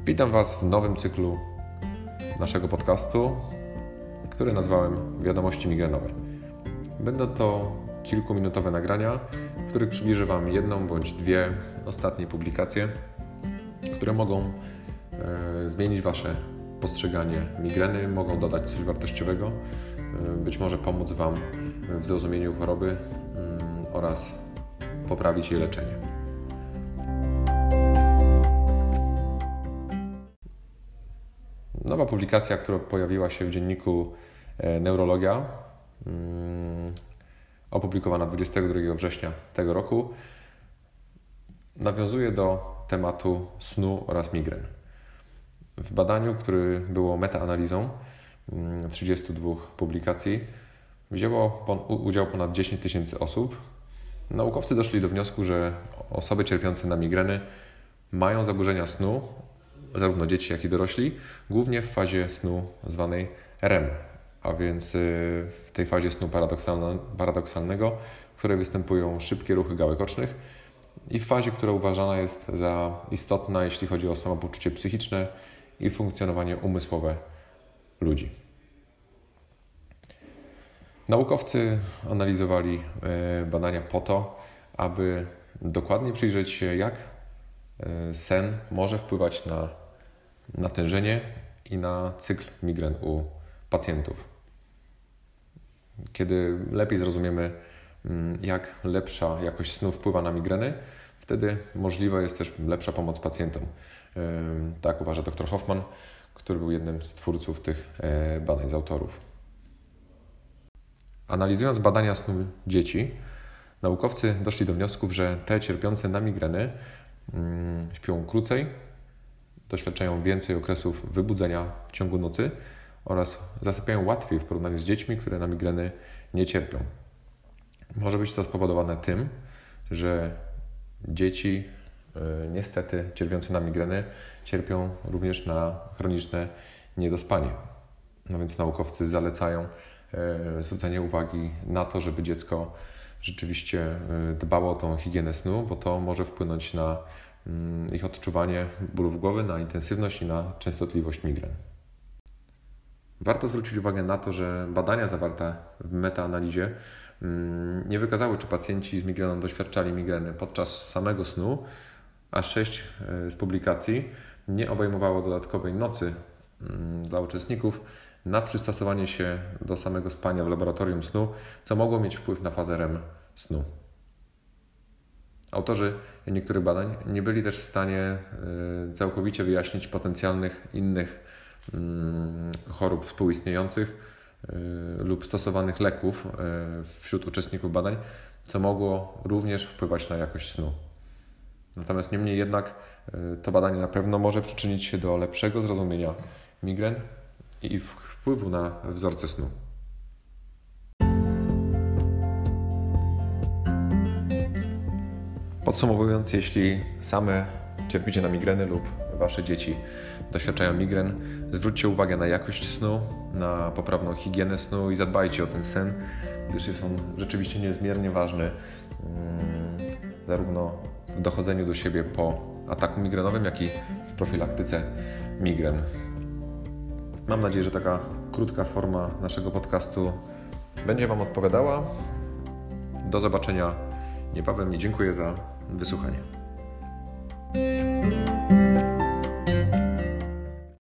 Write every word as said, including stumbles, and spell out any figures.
Witam Was w nowym cyklu naszego podcastu, który nazwałem Wiadomości migrenowe. Będą to kilkuminutowe nagrania, w których przybliżę Wam jedną bądź dwie ostatnie publikacje, które mogą e, zmienić Wasze postrzeganie migreny, mogą dodać coś wartościowego, e, być może pomóc Wam w zrozumieniu choroby e, oraz poprawić jej leczenie. Nowa publikacja, która pojawiła się w dzienniku Neurologia, opublikowana dwudziestego drugiego września tego roku, nawiązuje do tematu snu oraz migren. W badaniu, które było metaanalizą trzydziestu dwóch publikacji, wzięło udział ponad dziesięć tysięcy osób. Naukowcy doszli do wniosku, że osoby cierpiące na migreny mają zaburzenia snu, zarówno dzieci, jak i dorośli, głównie w fazie snu zwanej R E M, a więc w tej fazie snu paradoksalnego, w której występują szybkie ruchy gałek ocznych i w fazie, która uważana jest za istotna, jeśli chodzi o samopoczucie psychiczne i funkcjonowanie umysłowe ludzi. Naukowcy analizowali badania po to, aby dokładnie przyjrzeć się, jak sen może wpływać na natężenie i na cykl migren u pacjentów. Kiedy lepiej zrozumiemy, jak lepsza jakość snu wpływa na migreny, wtedy możliwa jest też lepsza pomoc pacjentom. Tak uważa dr Hoffman, który był jednym z twórców tych badań, z autorów. Analizując badania snu dzieci, naukowcy doszli do wniosków, że te cierpiące na migreny śpią krócej, doświadczają więcej okresów wybudzenia w ciągu nocy oraz zasypiają łatwiej w porównaniu z dziećmi, które na migreny nie cierpią. Może być to spowodowane tym, że dzieci niestety cierpiące na migreny cierpią również na chroniczne niedospanie. No więc naukowcy zalecają zwrócenie uwagi na to, żeby dziecko rzeczywiście dbało o tą higienę snu, bo to może wpłynąć na ich odczuwanie bólów głowy, na intensywność i na częstotliwość migren. Warto zwrócić uwagę na to, że badania zawarte w metaanalizie nie wykazały, czy pacjenci z migreną doświadczali migreny podczas samego snu, a sześć z publikacji nie obejmowało dodatkowej nocy dla uczestników na przystosowanie się do samego spania w laboratorium snu, co mogło mieć wpływ na fazę R E M snu. Autorzy niektórych badań nie byli też w stanie całkowicie wyjaśnić potencjalnych innych chorób współistniejących lub stosowanych leków wśród uczestników badań, co mogło również wpływać na jakość snu. Natomiast niemniej jednak to badanie na pewno może przyczynić się do lepszego zrozumienia migren i ich wpływu na wzorce snu. Podsumowując, jeśli same cierpicie na migreny lub Wasze dzieci doświadczają migren, zwróćcie uwagę na jakość snu, na poprawną higienę snu i zadbajcie o ten sen, gdyż jest on rzeczywiście niezmiernie ważny zarówno w dochodzeniu do siebie po ataku migrenowym, jak i w profilaktyce migren. Mam nadzieję, że taka krótka forma naszego podcastu będzie Wam odpowiadała. Do zobaczenia niebawem i dziękuję za wysłuchanie.